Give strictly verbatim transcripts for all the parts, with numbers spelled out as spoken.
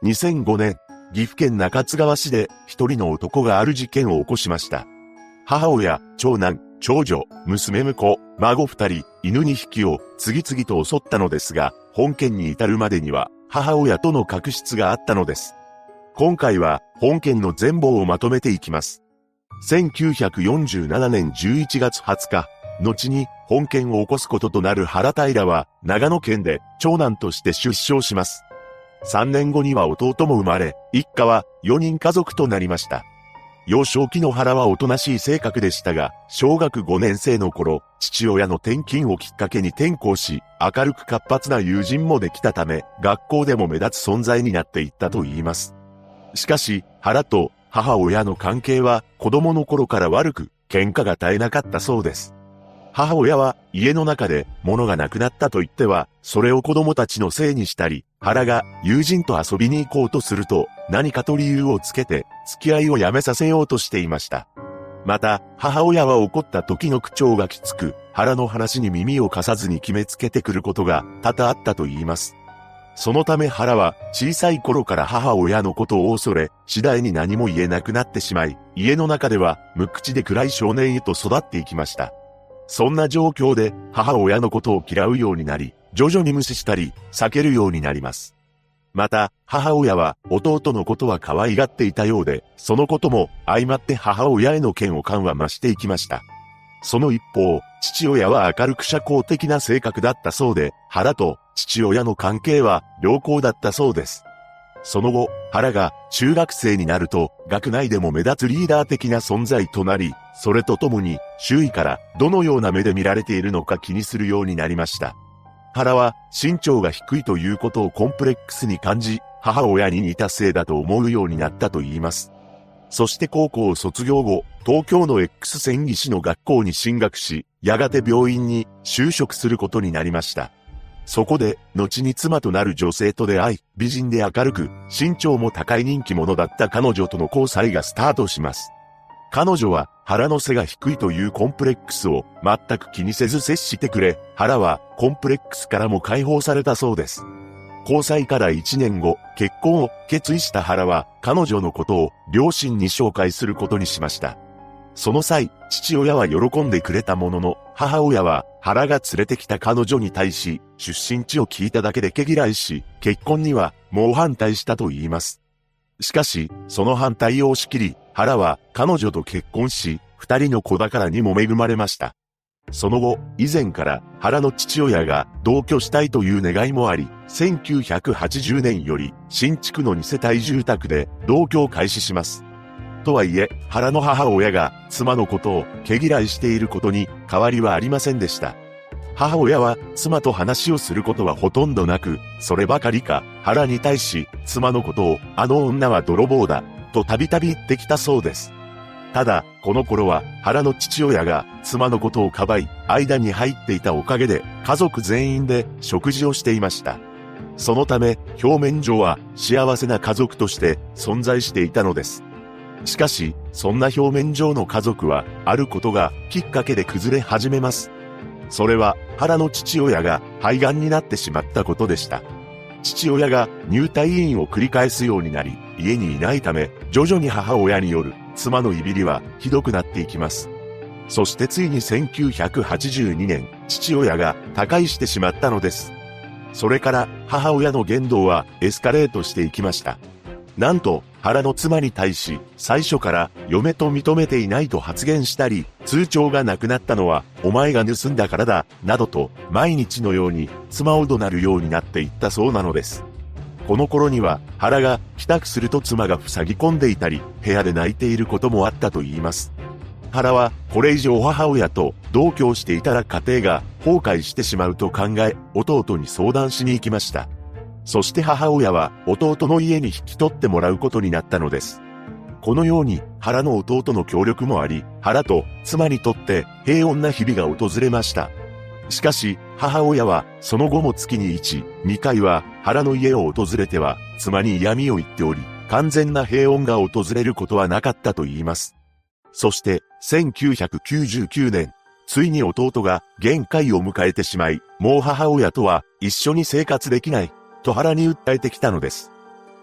にせんごねん、岐阜県中津川市で一人の男がある事件を起こしました。母親、長男、長女、娘婿、孫二人、犬にひきを次々と襲ったのですが、本件に至るまでには母親との確執があったのです。今回は本件の全貌をまとめていきます。せんきゅうひゃくよんじゅうななねんじゅういちがつはつか、後に本件を起こすこととなる原平は長野県で長男として出生します。さんねんごには弟も生まれ、一家はよにん家族となりました。幼少期の原はおとなしい性格でしたが、小学ごねんせいの頃、父親の転勤をきっかけに転校し、明るく活発な友人もできたため、学校でも目立つ存在になっていったと言います。しかし、原と母親の関係は子供の頃から悪く、喧嘩が絶えなかったそうです。母親は家の中で物がなくなったと言っては、それを子供たちのせいにしたり、原が友人と遊びに行こうとすると、何かと理由をつけて、付き合いをやめさせようとしていました。また、母親は怒った時の口調がきつく、原の話に耳を貸さずに決めつけてくることが多々あったと言います。そのため原は小さい頃から母親のことを恐れ、次第に何も言えなくなってしまい、家の中では無口で暗い少年へと育っていきました。そんな状況で母親のことを嫌うようになり、徐々に無視したり避けるようになります。また、母親は弟のことは可愛がっていたようで、そのことも相まって母親への嫌悪感は増していきました。その一方、父親は明るく社交的な性格だったそうで、原と父親の関係は良好だったそうです。その後、原が中学生になると、学内でも目立つリーダー的な存在となり、それとともに周囲からどのような目で見られているのか気にするようになりました。原は身長が低いということをコンプレックスに感じ、母親に似たせいだと思うようになったと言います。そして高校を卒業後、東京の X 線技師の学校に進学し、やがて病院に就職することになりました。そこで、後に妻となる女性と出会い、美人で明るく、身長も高い人気者だった彼女との交際がスタートします。彼女は、原の背が低いというコンプレックスを全く気にせず接してくれ、原はコンプレックスからも解放されたそうです。交際からいちねんご、結婚を決意した原は、彼女のことを両親に紹介することにしました。その際、父親は喜んでくれたものの、母親は原が連れてきた彼女に対し、出身地を聞いただけで毛嫌いし、結婚には猛反対したと言います。しかし、その反対を押し切り、原は彼女と結婚し、二人の子宝にも恵まれました。その後、以前から原の父親が同居したいという願いもあり、せんきゅうひゃくはちじゅうねんより新築のにせたい住宅で同居を開始します。とはいえ、原の母親が妻のことを毛嫌いしていることに変わりはありませんでした。母親は妻と話をすることはほとんどなく、そればかりか原に対し妻のことをあの女は泥棒だとたびたび言ってきたそうです。ただ、この頃は原の父親が妻のことをかばい、間に入っていたおかげで家族全員で食事をしていました。そのため、表面上は幸せな家族として存在していたのです。しかし、そんな表面上の家族は、あることがきっかけで崩れ始めます。それは、原の父親が肺がんになってしまったことでした。父親が入退院を繰り返すようになり、家にいないため、徐々に母親による妻のいびりはひどくなっていきます。そしてついにせんきゅうひゃくはちじゅうにねん、父親が他界してしまったのです。それから母親の言動はエスカレートしていきました。なんと、原の妻に対し、最初から嫁と認めていないと発言したり、通帳がなくなったのはお前が盗んだからだ、などと毎日のように妻を怒鳴るようになっていったそうなのです。この頃には原が帰宅すると妻が塞ぎ込んでいたり、部屋で泣いていることもあったと言います。原はこれ以上母親と同居していたら家庭が崩壊してしまうと考え、弟に相談しに行きました。そして母親は弟の家に引き取ってもらうことになったのです。このように原の弟の協力もあり、原と妻にとって平穏な日々が訪れました。しかし母親はその後も月にいち、にかいは原の家を訪れては妻に嫌味を言っており、完全な平穏が訪れることはなかったと言います。そしてせんきゅうひゃくきゅうじゅうきゅうねん、ついに弟が限界を迎えてしまい、もう母親とは一緒に生活できないと原に訴えてきたのです。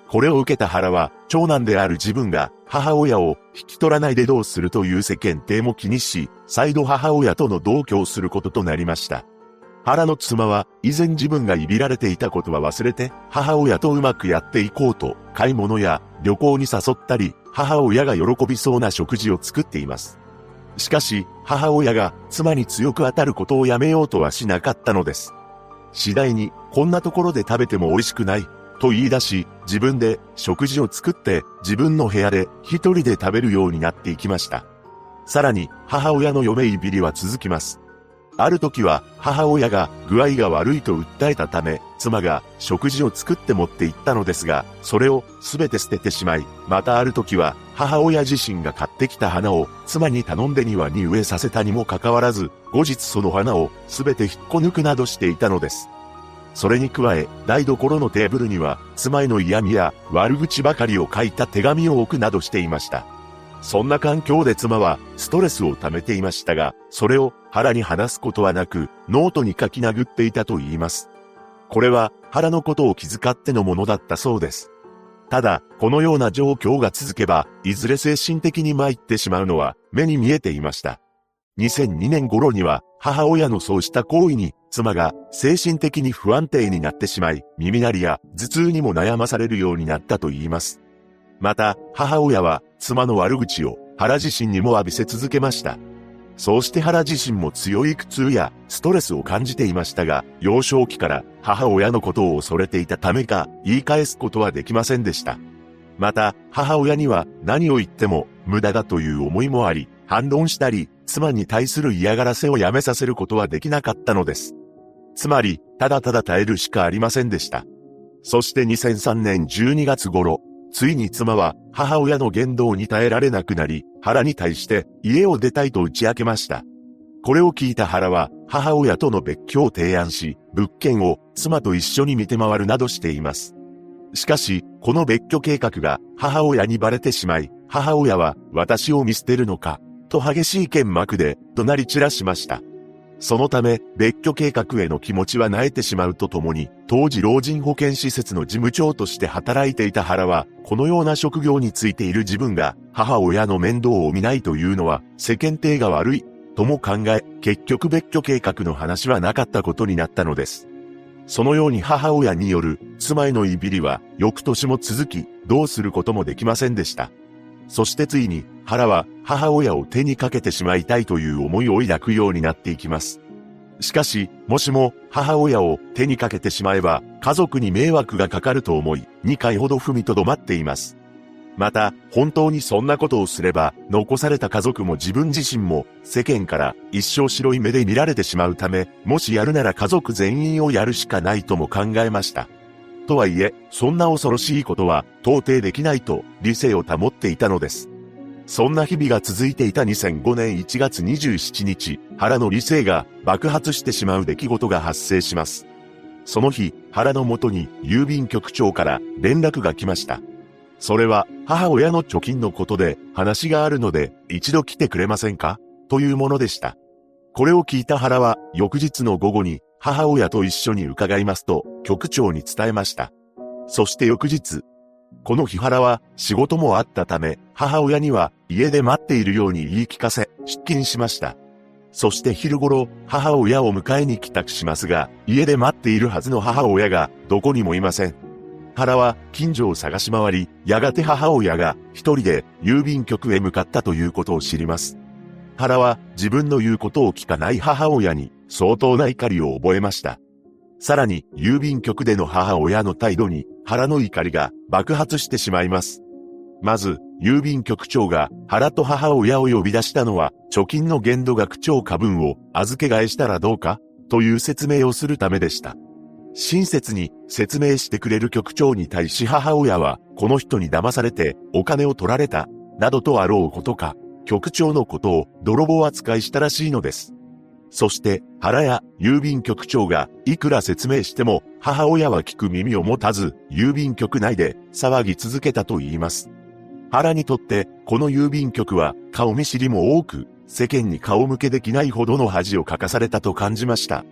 これを受けた原は、長男である自分が母親を引き取らないでどうするという世間体も気にし、再度母親との同居をすることとなりました。原の妻は、以前自分がいびられていたことは忘れて、母親とうまくやっていこうと、買い物や旅行に誘ったり、母親が喜びそうな食事を作っています。しかし、母親が妻に強く当たることをやめようとはしなかったのです。次第に、こんなところで食べても美味しくない、と言い出し、自分で食事を作って自分の部屋で一人で食べるようになっていきました。さらに、母親の嫁いびりは続きます。ある時は、母親が具合が悪いと訴えたため、妻が食事を作って持って行ったのですが、それをすべて捨ててしまい、またある時は、母親自身が買ってきた花を妻に頼んで庭に植えさせたにもかかわらず、後日その花をすべて引っこ抜くなどしていたのです。それに加え、台所のテーブルには、妻への嫌味や悪口ばかりを書いた手紙を置くなどしていました。そんな環境で妻はストレスを溜めていましたが、それを原に話すことはなく、ノートに書き殴っていたと言います。これは原のことを気遣ってのものだったそうです。ただ、このような状況が続けば、いずれ精神的に参ってしまうのは目に見えていました。にせんにねん頃には母親のそうした行為に妻が精神的に不安定になってしまい、耳鳴りや頭痛にも悩まされるようになったと言います。また、母親は妻の悪口を原自身にも浴びせ続けました。そうして原自身も強い苦痛やストレスを感じていましたが、幼少期から母親のことを恐れていたためか、言い返すことはできませんでした。また、母親には何を言っても無駄だという思いもあり、反論したり、妻に対する嫌がらせをやめさせることはできなかったのです。つまり、ただただ耐えるしかありませんでした。そしてにせんさんねんじゅうにがつ頃、ついに妻は母親の言動に耐えられなくなり、原に対して家を出たいと打ち明けました。これを聞いた原は母親との別居を提案し、物件を妻と一緒に見て回るなどしています。しかし、この別居計画が母親にバレてしまい、母親は私を見捨てるのか、と激しい剣幕で怒鳴り散らしました。そのため、別居計画への気持ちは萎えてしまうとともに、当時老人保健施設の事務長として働いていた原は、このような職業についている自分が、母親の面倒を見ないというのは、世間体が悪い、とも考え、結局別居計画の話はなかったことになったのです。そのように母親による、妻へのいびりは、翌年も続き、どうすることもできませんでした。そしてついに、原は母親を手にかけてしまいたいという思いを抱くようになっていきます。しかし、もしも母親を手にかけてしまえば、家族に迷惑がかかると思い、にかいほど踏みとどまっています。また、本当にそんなことをすれば、残された家族も自分自身も、世間から一生白い目で見られてしまうため、もしやるなら家族全員をやるしかないとも考えました。とはいえ、そんな恐ろしいことは到底できないと理性を保っていたのです。そんな日々が続いていたにせんごねんいちがつにじゅうしちにち、原の理性が爆発してしまう出来事が発生します。その日、原のもとに郵便局長から連絡が来ました。それは母親の貯金のことで話があるので一度来てくれませんかというものでした。これを聞いた原は翌日の午後に母親と一緒に伺いますと局長に伝えました。そして翌日、この日原は仕事もあったため、母親には家で待っているように言い聞かせ、出勤しました。そして昼頃、母親を迎えに帰宅しますが、家で待っているはずの母親がどこにもいません。原は近所を探し回り、やがて母親が一人で郵便局へ向かったということを知ります。原は自分の言うことを聞かない母親に相当な怒りを覚えました。さらに郵便局での母親の態度に原の怒りが爆発してしまいます。まず、郵便局長が原と母親を呼び出したのは、貯金の限度額超過分を預け替えしたらどうかという説明をするためでした。親切に説明してくれる局長に対し母親は、この人に騙されてお金を取られた、などとあろうことか、局長のことを泥棒扱いしたらしいのです。そして、原や郵便局長がいくら説明しても、母親は聞く耳を持たず、郵便局内で騒ぎ続けたと言います。原にとって、この郵便局は顔見知りも多く、世間に顔向けできないほどの恥をかかされたと感じました。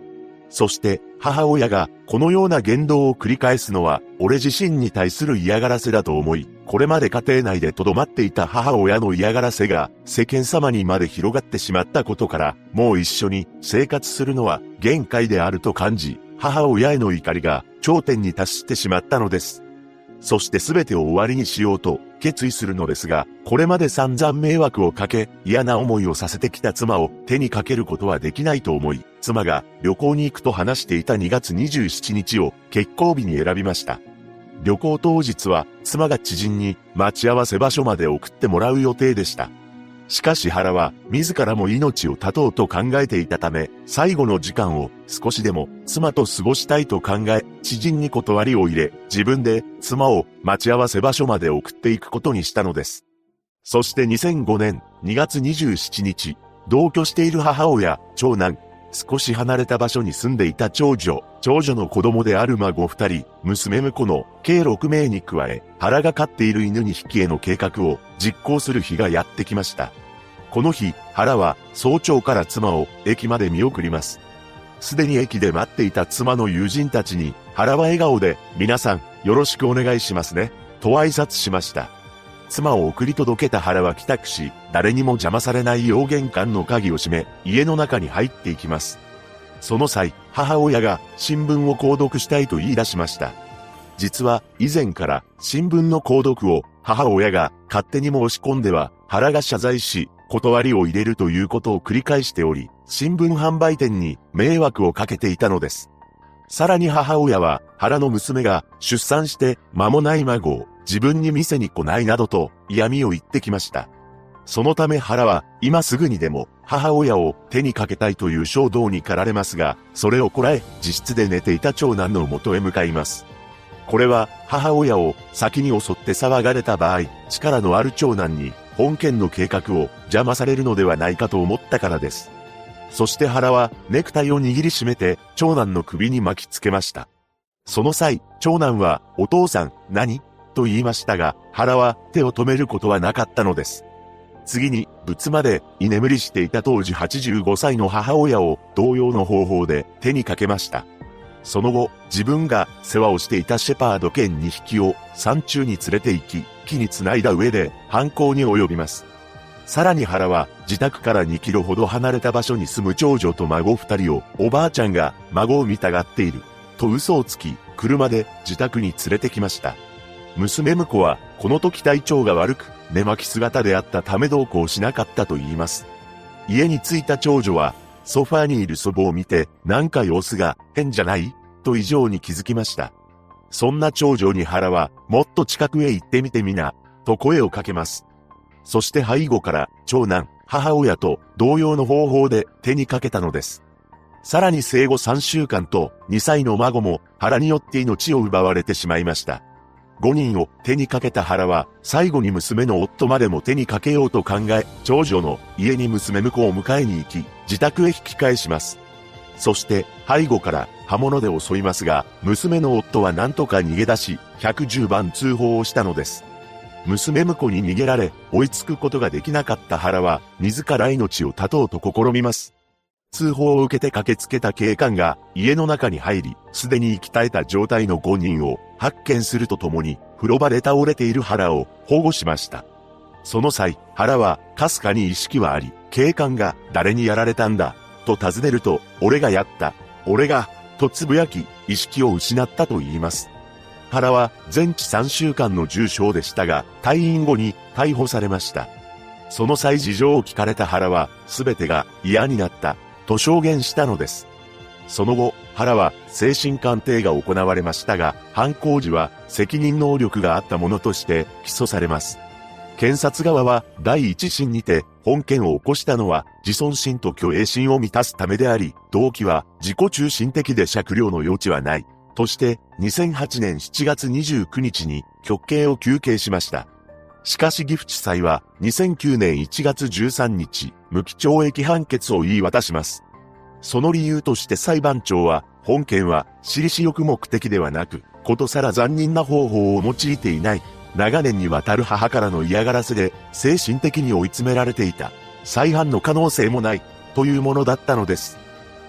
そして母親がこのような言動を繰り返すのは俺自身に対する嫌がらせだと思い、これまで家庭内で留まっていた母親の嫌がらせが世間様にまで広がってしまったことから、もう一緒に生活するのは限界であると感じ、母親への怒りが頂点に達してしまったのです。そして全てを終わりにしようと決意するのですが、これまで散々迷惑をかけ、嫌な思いをさせてきた妻を手にかけることはできないと思い、妻が旅行に行くと話していたにがつにじゅうしちにちを結婚日に選びました。旅行当日は妻が知人に待ち合わせ場所まで送ってもらう予定でした。しかし原は自らも命を絶とうと考えていたため、最後の時間を少しでも妻と過ごしたいと考え、知人に断りを入れ、自分で妻を待ち合わせ場所まで送っていくことにしたのです。そしてにせんごねんにがつにじゅうしちにち、同居している母親、長男、少し離れた場所に住んでいた長女、長女の子供である孫二人、娘婿の計ろくめいに加え、原が飼っている犬にひきへの計画を実行する日がやってきました。この日、原は早朝から妻を駅まで見送ります。すでに駅で待っていた妻の友人たちに、原は笑顔で、皆さん、よろしくお願いしますね、と挨拶しました。妻を送り届けた原は帰宅し、誰にも邪魔されないよう玄関の鍵を閉め、家の中に入っていきます。その際、母親が新聞を購読したいと言い出しました。実は以前から新聞の購読を母親が勝手に申し込んでは、原が謝罪し、断りを入れるということを繰り返しており、新聞販売店に迷惑をかけていたのです。さらに母親は、原の娘が出産して間もない孫を自分に店に来ないなどと嫌味を言ってきました。そのため原は今すぐにでも母親を手にかけたいという衝動に駆られますが、それをこらえ自室で寝ていた長男の元へ向かいます。これは母親を先に襲って騒がれた場合、力のある長男に本件の計画を邪魔されるのではないかと思ったからです。そして原はネクタイを握りしめて長男の首に巻きつけました。その際、長男はお父さん、何?と言いましたが、原は手を止めることはなかったのです。次に、仏間で居眠りしていた当時はちじゅうごさいの母親を同様の方法で手にかけました。その後、自分が世話をしていたシェパード犬にひきを山中に連れて行き、木につないだ上で犯行に及びます。さらに原は自宅からにキロほど離れた場所に住む長女と孫二人をおばあちゃんが孫を見たがっていると嘘をつき、車で自宅に連れてきました。娘婿はこの時体調が悪く寝巻き姿であったため同行しなかったと言います。家に着いた長女はソファーにいる祖母を見てなんか様子が変じゃないと異常に気づきました。そんな長女に原はもっと近くへ行ってみてみなと声をかけます。そして背後から長男、母親と同様の方法で手にかけたのです。さらに生後さんしゅうかんとにさいの孫も原によって命を奪われてしまいました。ごにんを手にかけた原は最後に娘の夫までも手にかけようと考え、長女の家に娘婿を迎えに行き、自宅へ引き返します。そして背後から刃物で襲いますが、娘の夫は何とか逃げ出し、ひゃくじゅうばん通報をしたのです。娘婿に逃げられ、追いつくことができなかった原は、自ら命を絶とうと試みます。通報を受けて駆けつけた警官が家の中に入り、すでに息絶えた状態のごにんを発見するとともに、風呂場で倒れている原を保護しました。その際、原はかすかに意識はあり、警官が誰にやられたんだと尋ねると、俺がやった、俺が、とつぶやき、意識を失ったと言います。原は全治さんしゅうかんの重傷でしたが、退院後に逮捕されました。その際事情を聞かれた原は、すべてが嫌になった、と証言したのです。その後、原は精神鑑定が行われましたが、犯行時は責任能力があったものとして起訴されます。検察側は第一審にて本件を起こしたのは自尊心と虚栄心を満たすためであり、動機は自己中心的で酌量の余地はない、としてにせんはちねんしちがつにじゅうくにちに極刑を求刑しました。しかし岐阜地裁はにせんきゅうねんいちがつじゅうさんにち、無期懲役判決を言い渡します。その理由として裁判長は、本件は私利私欲目的ではなく、ことさら残忍な方法を用いていない、長年にわたる母からの嫌がらせで精神的に追い詰められていた、再犯の可能性もない、というものだったのです。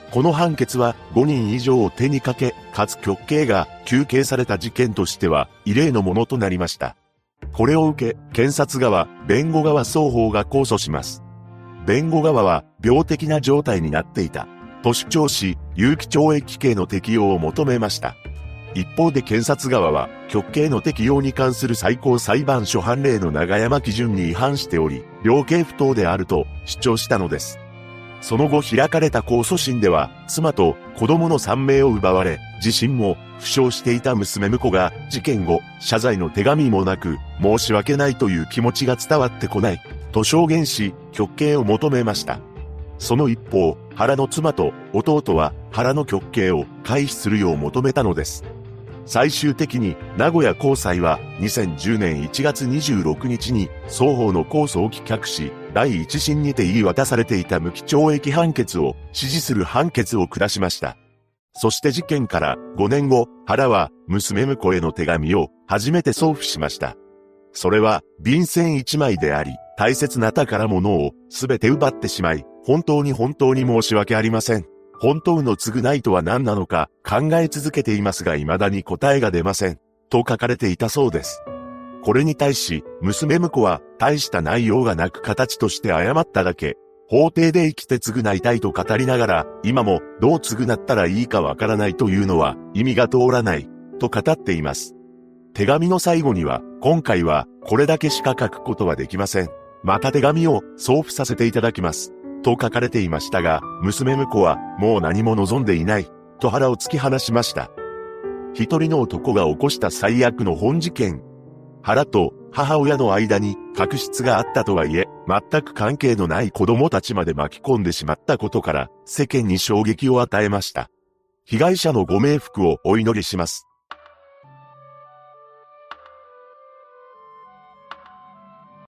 この判決はごにん以上を手にかけ、かつ極刑が求刑された事件としては異例のものとなりました。これを受け、検察側、弁護側双方が控訴します。弁護側は病的な状態になっていたと主張し、有期懲役刑の適用を求めました。一方で検察側は、極刑の適用に関する最高裁判所判例の永山基準に違反しており、量刑不当であると主張したのです。その後開かれた控訴審では、妻と子供のさん名を奪われ、自身も負傷していた娘婿が事件後、謝罪の手紙もなく、申し訳ないという気持ちが伝わってこない、と証言し、極刑を求めました。その一方、原の妻と弟は原の極刑を回避するよう求めたのです。最終的に名古屋高裁はにせんじゅうねんいちがつにじゅうろくにちに双方の控訴を棄却し、第一審にて言い渡されていた無期懲役判決を支持する判決を下しました。そして事件からごねんご、原は娘婿への手紙を初めて送付しました。それは便箋一枚であり、大切な宝物をすべて奪ってしまい、本当に本当に申し訳ありません。本当の償いとは何なのか考え続けていますが未だに答えが出ません。と書かれていたそうです。これに対し、娘婿は大した内容がなく形として謝っただけ。法廷で生きて償いたいと語りながら、今もどう償ったらいいかわからないというのは意味が通らない。と語っています。手紙の最後には、今回はこれだけしか書くことはできません。また手紙を送付させていただきます。と書かれていましたが、娘婿はもう何も望んでいない。と腹を突き放しました。一人の男が起こした最悪の本事件。原と母親の間に確執があったとはいえ、全く関係のない子供たちまで巻き込んでしまったことから、世間に衝撃を与えました。被害者のご冥福をお祈りします。